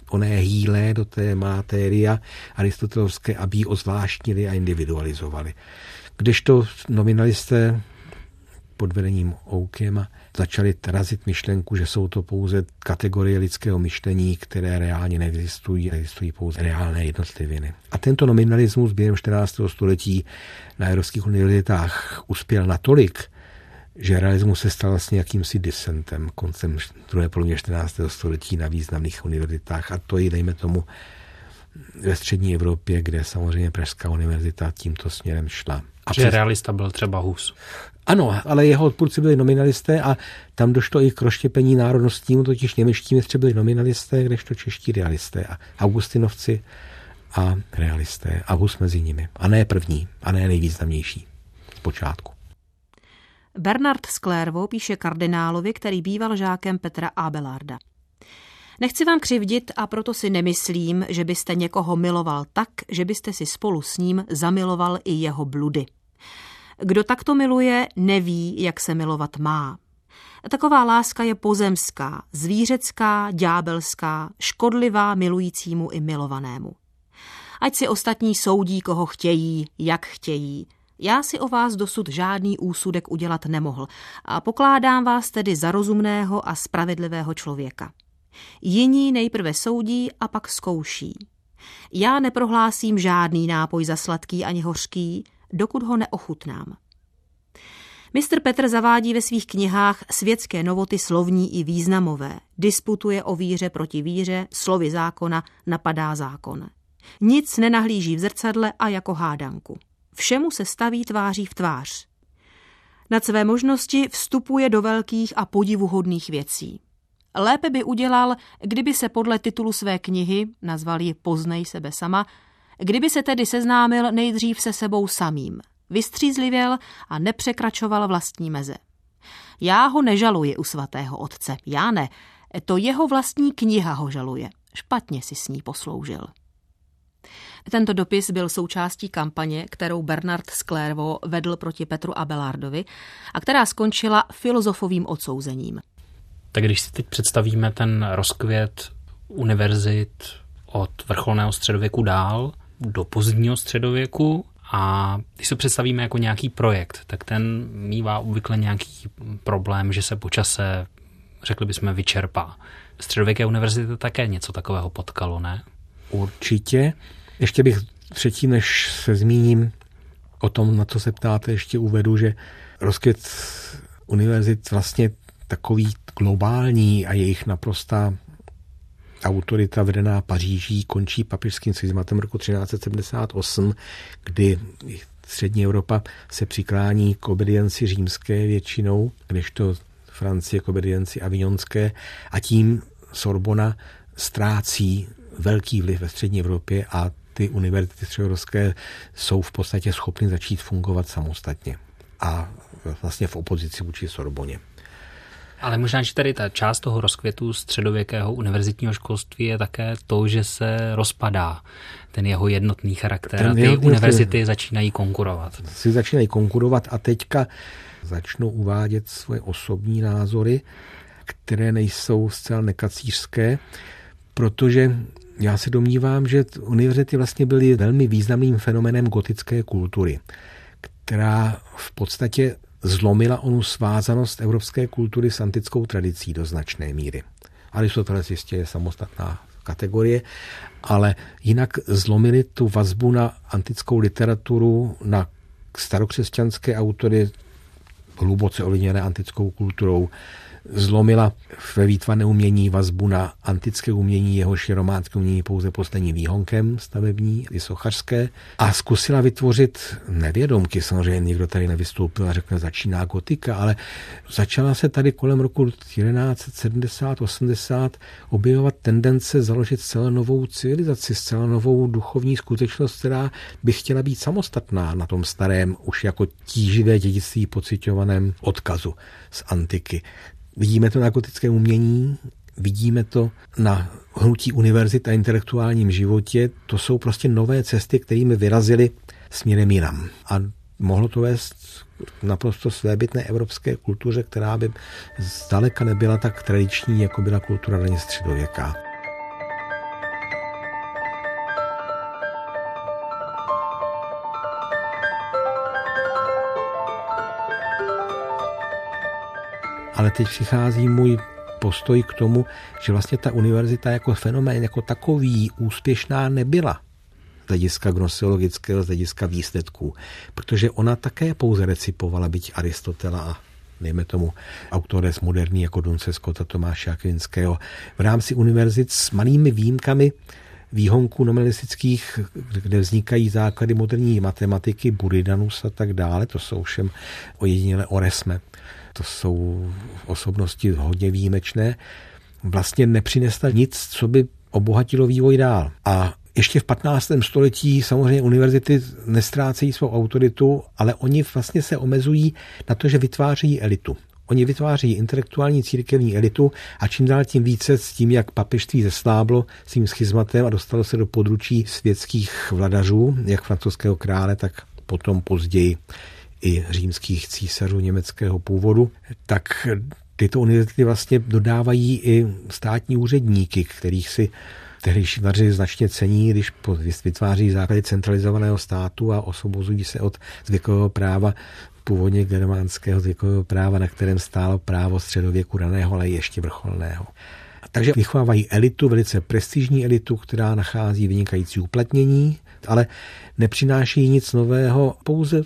Speaker 4: oné hýlé do té matéria aristotelovské, aby ji ozvláštnili a individualizovali. Kdežto nominalisté pod vedením Oakema začali razit myšlenku, že jsou to pouze kategorie lidského myšlení, které reálně neexistují, existují pouze reálné jednotliviny. A tento nominalismus během 14. století na evropských univerzitách uspěl natolik, že realismus se stal vlastně jakýmsi disentem koncem druhé polovině 14. století na významných univerzitách. A to i, dejme tomu, ve střední Evropě, kde samozřejmě Pražská univerzita tímto směrem šla.
Speaker 3: Že realista byl třeba Hus.
Speaker 4: Ano, ale jeho odpůrci byli nominalisté a tam došlo i k rozštěpení národnostnímu, totiž němečtí mistři byli nominalisté, kdežto čeští realisté a augustinovci a realisté a Hus mezi nimi. A ne první, a ne nejvýznamnější zpočátku.
Speaker 1: Bernard z Clairvaux píše kardinálovi, který býval žákem Petra Abelarda. Nechci vám křivdit a proto si nemyslím, že byste někoho miloval tak, že byste si spolu s ním zamiloval i jeho bludy. Kdo takto miluje, neví, jak se milovat má. Taková láska je pozemská, zvířecká, ďábelská, škodlivá milujícímu i milovanému. Ať si ostatní soudí, koho chtějí, jak chtějí. Já si o vás dosud žádný úsudek udělat nemohl a pokládám vás tedy za rozumného a spravedlivého člověka. Jiní nejprve soudí a pak zkouší. Já neprohlásím žádný nápoj za sladký ani hořký, dokud ho neochutnám. Mistr Petr zavádí ve svých knihách světské novoty slovní i významové, disputuje o víře proti víře, slovy zákona napadá zákon. Nic nenahlíží v zrcadle a jako hádanku. Všemu se staví tváří v tvář. Nad své možnosti vstupuje do velkých a podivuhodných věcí. Lépe by udělal, kdyby se podle titulu své knihy, nazval ji Poznej sebe sama, kdyby se tedy seznámil nejdřív se sebou samým, vystřízlivěl a nepřekračoval vlastní meze. Já ho nežaluji u svatého otce, já ne, to jeho vlastní kniha ho žaluje, špatně si s ní posloužil. Tento dopis byl součástí kampaně, kterou Bernard z Clairvaux vedl proti Petru Abelardovi a která skončila filozofovým odsouzením.
Speaker 3: Tak když si teď představíme ten rozkvět univerzit od vrcholného středověku dál do pozdního středověku a když se představíme jako nějaký projekt, tak ten mívá obvykle nějaký problém, že se po čase, řekli bychom, vyčerpá. Středověké univerzity také něco takového potkalo, ne?
Speaker 4: Určitě. Ještě bych předtím, než se zmíním o tom, na co se ptáte, ještě uvedu, že rozkvět univerzit vlastně takový globální a jejich naprostá autorita vedená Paříží končí papežským schizmatem roku 1378, kdy střední Evropa se přiklání k obedienci římské většinou, kdežto Francie k obedienci avignonské a tím Sorbona ztrácí velký vliv ve střední Evropě a ty univerzity středoevropské jsou v podstatě schopny začít fungovat samostatně a vlastně v opozici vůči Sorboně.
Speaker 3: Ale možná, že tady ta část toho rozkvětu středověkého univerzitního školství je také to, že se rozpadá ten jeho jednotný charakter a ty univerzity začínají konkurovat.
Speaker 4: Začínají konkurovat a teďka začnou uvádět svoje osobní názory, které nejsou zcela nekacířské, protože já se domnívám, že univerzity vlastně byly velmi významným fenoménem gotické kultury, která v podstatě zlomila onu svázanost evropské kultury s antickou tradicí do značné míry. Aristoteles jistě je samostatná kategorie, ale jinak zlomili tu vazbu na antickou literaturu, na starokřesťanské autory, hluboce ovlivněné antickou kulturou, zlomila ve výtvarné umění vazbu na antické umění, jehož je románské umění pouze posledním výhonkem stavební i sochařské a zkusila vytvořit nevědomky, samozřejmě někdo tady nevystoupil a řekne, začíná gotika, ale začala se tady kolem roku 1170-80 objevovat tendence založit zcela novou civilizaci, zcela novou duchovní skutečnost, která by chtěla být samostatná na tom starém, už jako tíživé dědictví pociťovaném odkazu z antiky. Vidíme to na gotickém umění, vidíme to na hnutí univerzit a intelektuálním životě. To jsou prostě nové cesty, kterými vyrazily směrem jinam. A mohlo to vést naprosto svébytné evropské kultuře, která by zdaleka nebyla tak tradiční, jako byla kultura raně středověká. ale teď přichází můj postoj k tomu, že vlastně ta univerzita jako fenomén, jako takový úspěšná nebyla z hlediska gnoseologického, z hlediska výsledků, protože ona také pouze recipovala, byť Aristotela a dejme tomu autores moderní jako Dunce Scotta, Tomáše Akvinského. V rámci univerzit s malými výjimkami výhonků nominalistických, kde vznikají základy moderní matematiky, Buridanus a tak dále, to jsou všem ojedinělé Oresme. To jsou osobnosti hodně výjimečné. Vlastně nepřinesla nic, co by obohatilo vývoj dál. A ještě v 15. století samozřejmě univerzity nestrácejí svou autoritu, ale oni vlastně se omezují na to, že vytváří elitu. Oni vytváří intelektuální církevní elitu a čím dál tím více s tím, jak papežství zesláblo svým schizmatem a dostalo se do područí světských vladařů, jak francouzského krále, tak potom později i římských císařů německého původu, tak tyto univerzity vlastně dodávají i státní úředníky, kterých si tehdejší vladaři značně cení, když vytváří základy centralizovaného státu a osvobozují se od zvykového práva, původně germánského zvykového práva, na kterém stálo právo středověku raného, ale ještě vrcholného. Takže vychovávají elitu, velice prestižní elitu, která nachází vynikající uplatnění, ale nepřináší nic nového, pouze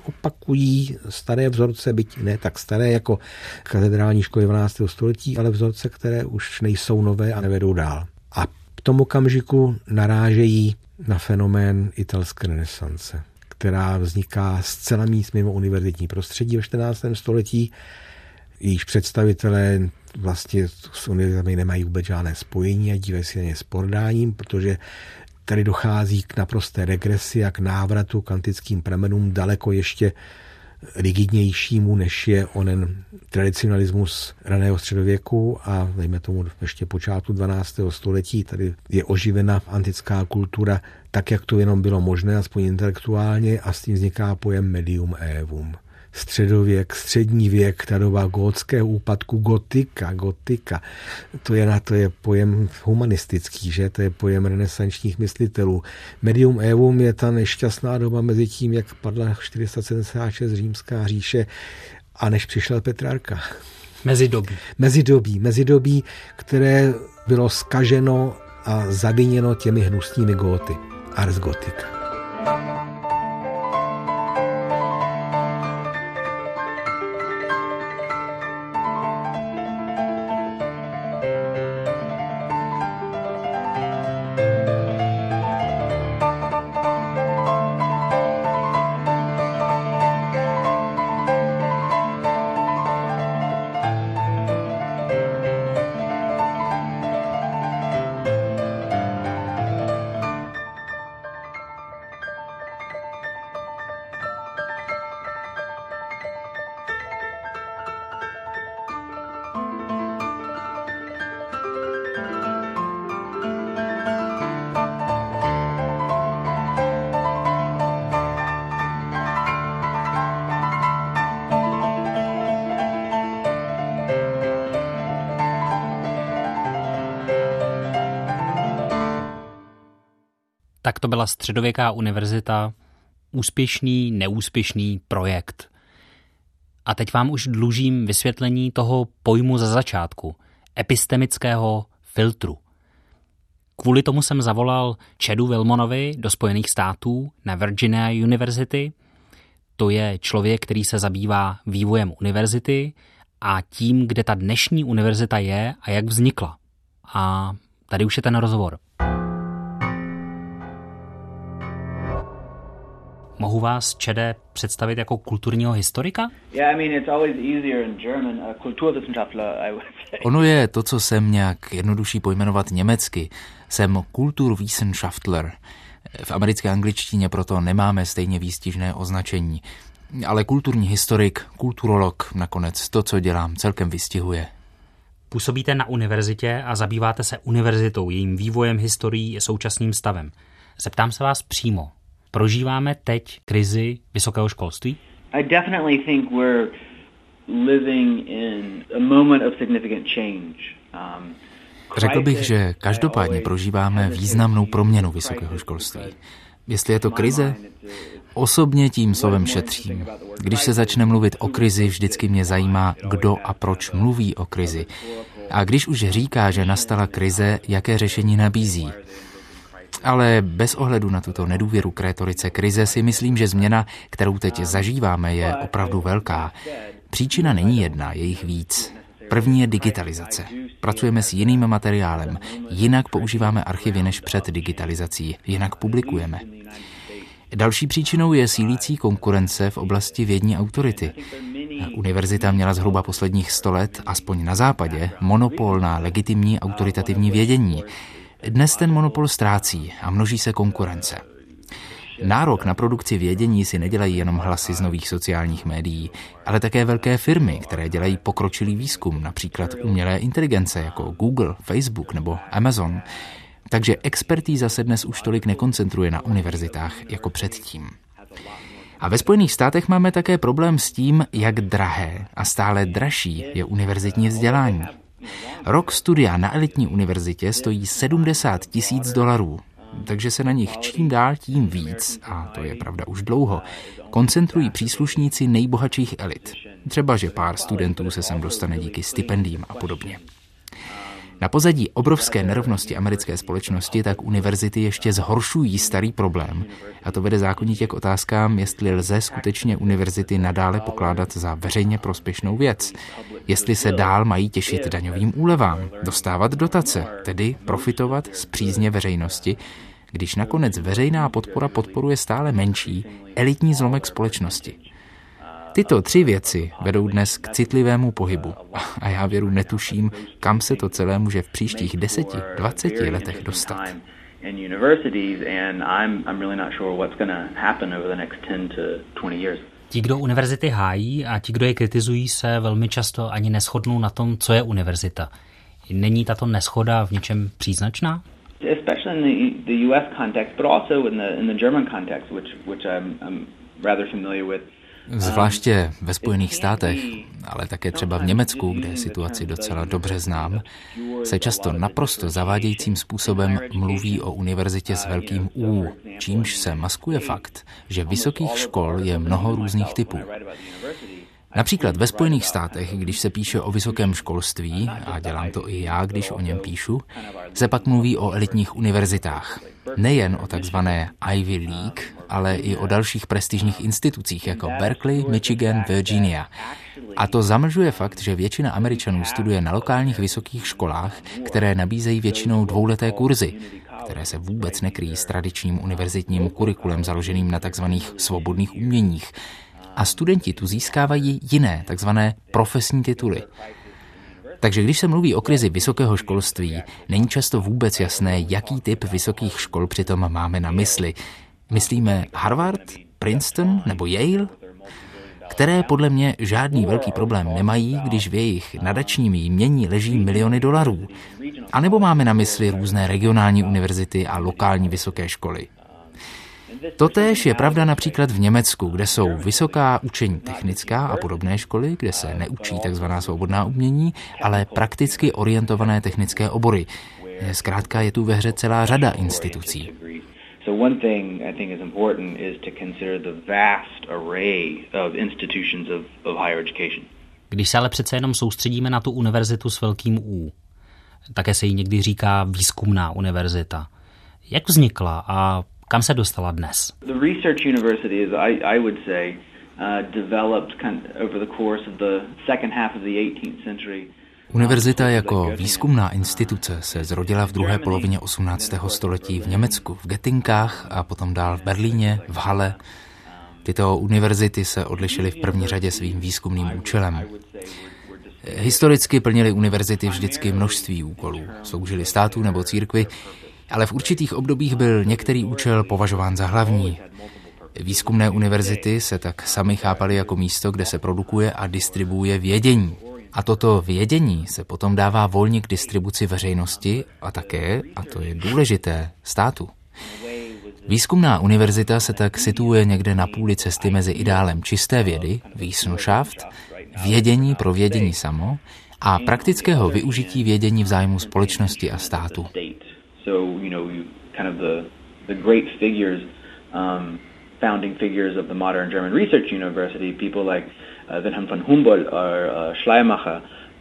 Speaker 4: opakují staré vzorce, byť ne tak staré jako katedrální školy 12. století, ale vzorce, které už nejsou nové a nevedou dál. A v tom okamžiku narážejí na fenomén italské renesance, která vzniká zcela mimo univerzitní prostředí ve 14. století. Jejíž představitelé vlastně s univerzitami nemají vůbec žádné spojení a dívají si na ně s pohrdáním, protože tady dochází k naprosté regresi a k návratu k antickým pramenům daleko ještě rigidnějšímu, než je onen tradicionalismus raného středověku a dejme tomu ještě počátku 12. století. Tady je oživena antická kultura tak, jak to jenom bylo možné, aspoň intelektuálně, a s tím vzniká pojem medium aevum. Středověk, střední věk, ta doba gótského úpadku, gotika. To je pojem humanistický, že? To je pojem renesančních myslitelů. Medium aevum je ta nešťastná doba mezi tím, jak padla 476 římská říše a než přišel Petrarka. Mezidobí, které bylo zkaženo a zaviněno těmi hnusnými góty. Ars gotica.
Speaker 3: Tak to byla středověká univerzita, úspěšný, neúspěšný projekt. A teď vám už dlužím vysvětlení toho pojmu za začátku, epistemického filtru. Kvůli tomu jsem zavolal Chadu Willmanovi do Spojených států na Virginia University. To je člověk, který se zabývá vývojem univerzity a tím, kde ta dnešní univerzita je a jak vznikla. A tady už je ten rozhovor. Mohu vás, Chade, představit jako kulturního historika?
Speaker 7: Ono je to, co jsem nějak jednodušší pojmenovat německy. Jsem Kulturwissenschaftler. V americké angličtině proto nemáme stejně výstižné označení. Ale kulturní historik, kulturolog nakonec to, co dělám, celkem vystihuje.
Speaker 3: Působíte na univerzitě a zabýváte se univerzitou, jejím vývojem, historií a současným stavem. Zeptám se vás přímo. Prožíváme teď krizi vysokého školství?
Speaker 8: I definitely think we're living in a moment of significant change.
Speaker 7: Řekl bych, že každopádně prožíváme významnou proměnu vysokého školství. Jestli je to krize? Osobně tím slovem šetřím. Když se začne mluvit o krizi, vždycky mě zajímá, kdo a proč mluví o krizi. A když už říká, že nastala krize, jaké řešení nabízí. Ale bez ohledu na tuto nedůvěru k rétorice krize si myslím, že změna, kterou teď zažíváme, je opravdu velká. Příčina není jedna, je jich víc. První je digitalizace. Pracujeme s jiným materiálem, jinak používáme archivy než před digitalizací, jinak publikujeme. Další příčinou je sílící konkurence v oblasti vědní autority. Univerzita měla zhruba posledních 100 let, aspoň na západě, monopol na legitimní autoritativní vědění. Dnes ten monopol ztrácí a množí se konkurence. Nárok na produkci vědění si nedělají jenom hlasy z nových sociálních médií, ale také velké firmy, které dělají pokročilý výzkum, například umělé inteligence jako Google, Facebook nebo Amazon. Takže expertíza se dnes už tolik nekoncentruje na univerzitách jako předtím. A ve Spojených státech máme také problém s tím, jak drahé a stále dražší je univerzitní vzdělání. Rok studia na elitní univerzitě stojí $70 000, takže se na nich čím dál tím víc, a to je pravda už dlouho, koncentrují příslušníci nejbohatších elit. Třeba, že pár studentů se sem dostane díky stipendiím a podobně. Na pozadí obrovské nerovnosti americké společnosti tak univerzity ještě zhoršují starý problém a to vede zákonitě k otázkám, jestli lze skutečně univerzity nadále pokládat za veřejně prospěšnou věc, jestli se dál mají těšit daňovým úlevám, dostávat dotace, tedy profitovat z přízně veřejnosti, když nakonec veřejná podpora podporuje stále menší elitní zlomek společnosti. Tyto 3 věci vedou dnes k citlivému pohybu a já věru netuším, kam se to celé může v příštích 10-20 letech dostat.
Speaker 3: Ti, kdo univerzity hájí a ti, kdo je kritizují, se velmi často ani neshodnou na tom, co je univerzita. Není tato neshoda v něčem příznačná?
Speaker 8: Especially in the US context, but also in the German context, which I'm rather familiar with.
Speaker 7: Zvláště ve Spojených státech, ale také třeba v Německu, kde situaci docela dobře znám, se často naprosto zavádějícím způsobem mluví o univerzitě s velkým U, čímž se maskuje fakt, že vysokých škol je mnoho různých typů. Například ve Spojených státech, když se píše o vysokém školství, a dělám to i já, když o něm píšu, se pak mluví o elitních univerzitách. Nejen o takzvané Ivy League, ale i o dalších prestižních institucích jako Berkeley, Michigan, Virginia. A to zamlžuje fakt, že většina Američanů studuje na lokálních vysokých školách, které nabízejí většinou 2leté kurzy, které se vůbec nekryjí s tradičním univerzitním kurikulem založeným na takzvaných svobodných uměních. A studenti tu získávají jiné, takzvané profesní tituly. Takže když se mluví o krizi vysokého školství, není často vůbec jasné, jaký typ vysokých škol přitom máme na mysli. Myslíme Harvard, Princeton nebo Yale? Které podle mě žádný velký problém nemají, když v jejich nadačním jmění leží miliony dolarů. A nebo máme na mysli různé regionální univerzity a lokální vysoké školy. Totéž je pravda například v Německu, kde jsou vysoká učení technická a podobné školy, kde se neučí takzvaná svobodná umění, ale prakticky orientované technické obory. Zkrátka je tu ve hře celá řada institucí.
Speaker 8: So one thing I think is important is to consider the vast array of institutions of higher education.
Speaker 3: Když se ale přece jenom soustředíme na tu univerzitu s velkým U, také se jí někdy říká výzkumná univerzita. Jak vznikla a kam se dostala dnes?
Speaker 8: The research university is, I would say, developed over the course of the second half of the 18th century.
Speaker 7: Univerzita jako výzkumná instituce se zrodila v druhé polovině 18. století v Německu, v Göttingách a potom dál v Berlíně, v Halle. Tyto univerzity se odlišily v první řadě svým výzkumným účelem. Historicky plnily univerzity vždycky množství úkolů, sloužily státu nebo církvi, ale v určitých obdobích byl některý účel považován za hlavní. Výzkumné univerzity se tak sami chápaly jako místo, kde se produkuje a distribuuje vědění. A toto vědění se potom dává volně k distribuci veřejnosti a také, a to je důležité, státu. Výzkumná univerzita se tak situuje někde na půli cesty mezi ideálem čisté vědy, Wissenschaft, vědění pro vědění samo a praktického využití vědění v zájmu společnosti a státu.
Speaker 8: founding figures of the modern German Research University, people like Wilhelm von Humboldt or Schleiermacher.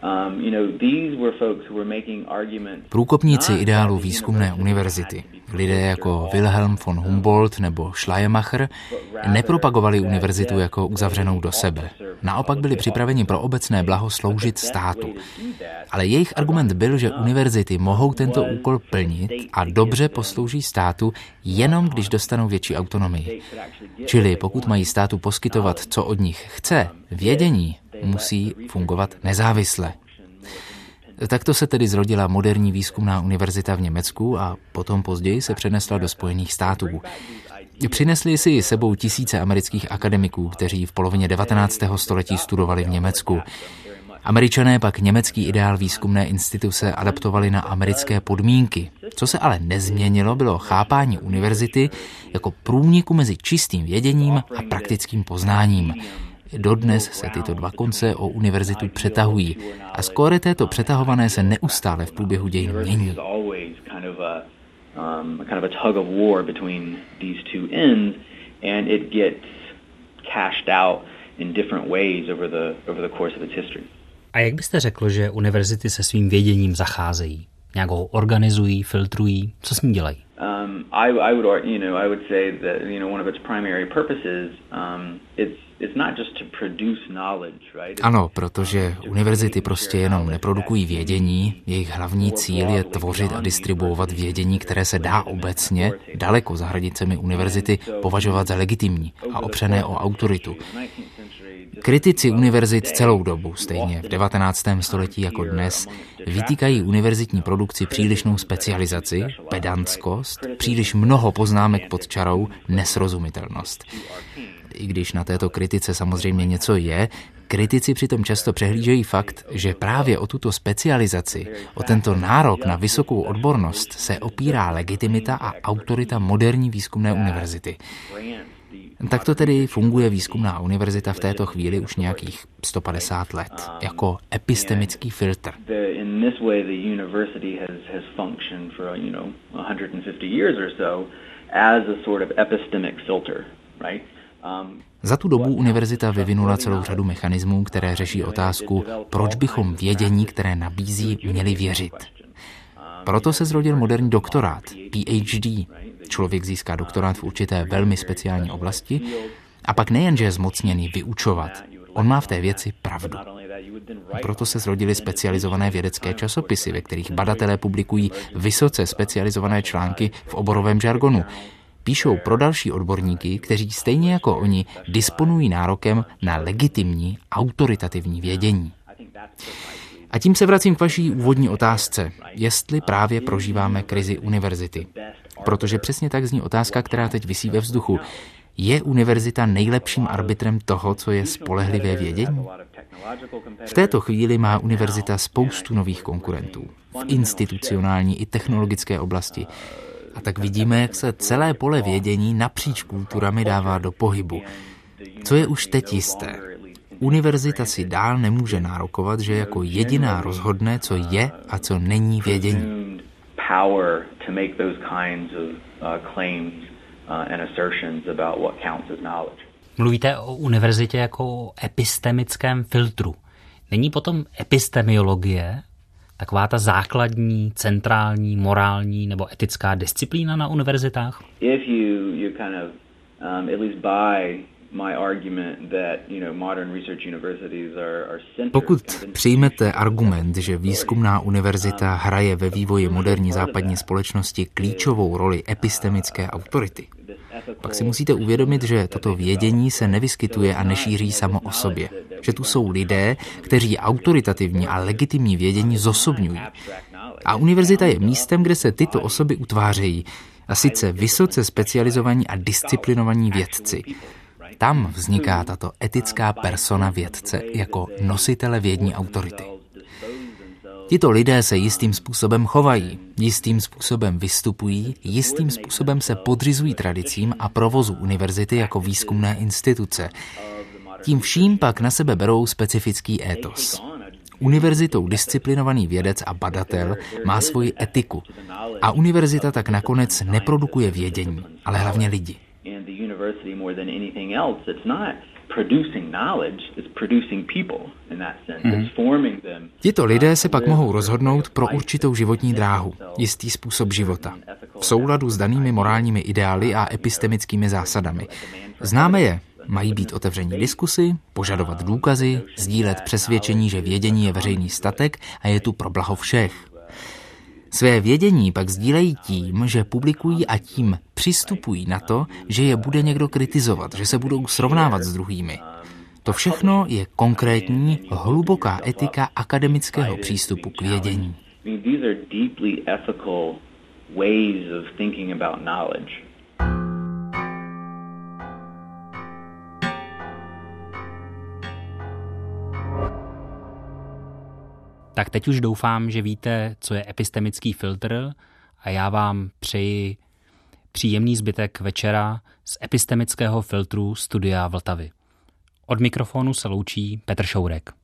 Speaker 7: Průkopníci ideálu výzkumné univerzity, lidé jako Wilhelm von Humboldt nebo Schleiermacher, nepropagovali univerzitu jako uzavřenou do sebe. Naopak byli připraveni pro obecné blaho sloužit státu. Ale jejich argument byl, že univerzity mohou tento úkol plnit a dobře poslouží státu, jenom když dostanou větší autonomii. Čili pokud mají státu poskytovat, co od nich chce, vědění, musí fungovat nezávisle. Takto se tedy zrodila moderní výzkumná univerzita v Německu a potom později se přenesla do Spojených států. Přinesli si sebou tisíce amerických akademiků, kteří v polovině 19. století studovali v Německu. Američané pak německý ideál výzkumné instituce adaptovali na americké podmínky. Co se ale nezměnilo, bylo chápání univerzity jako průniku mezi čistým věděním a praktickým poznáním. Dodnes se tyto dva konce o univerzitu přetahují a skóre této přetahované se neustále v průběhu dějin mění.
Speaker 3: A jak byste řekl, že univerzity se svým věděním zacházejí? Nějak ho organizují, filtrují? Co s ním dělají?
Speaker 8: I would say that one of its primary purposes it's not just to produce knowledge, right?
Speaker 7: Ano, protože univerzity prostě jenom neprodukují vědění, jejich hlavní cíl je tvořit a distribuovat vědění, které se dá obecně, daleko za hranicemi univerzity, považovat za legitimní a opřené o autoritu. Kritici univerzit celou dobu, stejně v 19. století jako dnes, vytýkají univerzitní produkci přílišnou specializaci, pedantskost, příliš mnoho poznámek pod čarou, nesrozumitelnost. I když na této kritice samozřejmě něco je, kritici přitom často přehlížejí fakt, že právě o tuto specializaci, o tento nárok na vysokou odbornost se opírá legitimita a autorita moderní výzkumné univerzity. Takto tedy funguje výzkumná univerzita v této chvíli už nějakých 150 let, jako epistemický filtr. Za tu dobu univerzita vyvinula celou řadu mechanismů, které řeší otázku, proč bychom vědění, které nabízí, měli věřit. Proto se zrodil moderní doktorát, PhD. Člověk získá doktorát v určité velmi speciální oblasti a pak nejenže je zmocněný vyučovat, on má v té věci pravdu. Proto se zrodily specializované vědecké časopisy, ve kterých badatelé publikují vysoce specializované články v oborovém žargonu. Píšou pro další odborníky, kteří stejně jako oni disponují nárokem na legitimní, autoritativní vědění. A tím se vracím k vaší úvodní otázce, jestli právě prožíváme krizi univerzity. Protože přesně tak zní otázka, která teď visí ve vzduchu. Je univerzita nejlepším arbitrem toho, co je spolehlivé vědění? V této chvíli má univerzita spoustu nových konkurentů v institucionální i technologické oblasti. A tak vidíme, jak se celé pole vědění napříč kulturami dává do pohybu. Co je už teď jisté? Univerzita si dál nemůže nárokovat, že jako jediná rozhodne, co je a co není vědění.
Speaker 3: Mluvíte o univerzitě jako o epistemickém filtru. Není potom epistemiologie taková ta základní, centrální, morální nebo etická disciplína na univerzitách?
Speaker 7: Pokud přijmete argument, že výzkumná univerzita hraje ve vývoji moderní západní společnosti klíčovou roli epistemické autority, pak si musíte uvědomit, že toto vědění se nevyskytuje a nešíří samo o sobě. Že tu jsou lidé, kteří autoritativní a legitimní vědění zosobňují. A univerzita je místem, kde se tyto osoby utvářejí, a sice vysoce specializovaní a disciplinovaní vědci. Tam vzniká tato etická persona vědce jako nositele vědní autority. Tito lidé se jistým způsobem chovají, jistým způsobem vystupují, jistým způsobem se podřizují tradicím a provozu univerzity jako výzkumné instituce. Tím vším pak na sebe berou specifický étos. Univerzitou disciplinovaný vědec a badatel má svoji etiku a univerzita tak nakonec neprodukuje vědění, ale hlavně lidi.
Speaker 8: university more than anything else, it's not producing knowledge, it's producing people in that sense. It's forming them.
Speaker 7: Tito lidé se pak mohou rozhodnout pro určitou životní dráhu, jistý způsob života, v souladu s danými morálními ideály a epistemickými zásadami. Známe je. Mají být otevření diskusi, požadovat důkazy, sdílet přesvědčení, že vědění je veřejný statek a je tu pro blaho všech. Své vědění pak sdílejí tím, že publikují a tím přistupují na to, že je bude někdo kritizovat, že se budou srovnávat s druhými. To všechno je konkrétní, hluboká etika akademického přístupu k vědění.
Speaker 3: Tak teď už doufám, že víte, co je epistemický filtr a já vám přeji příjemný zbytek večera z epistemického filtru Studia Vltavy. Od mikrofonu se loučí Petr Šourek.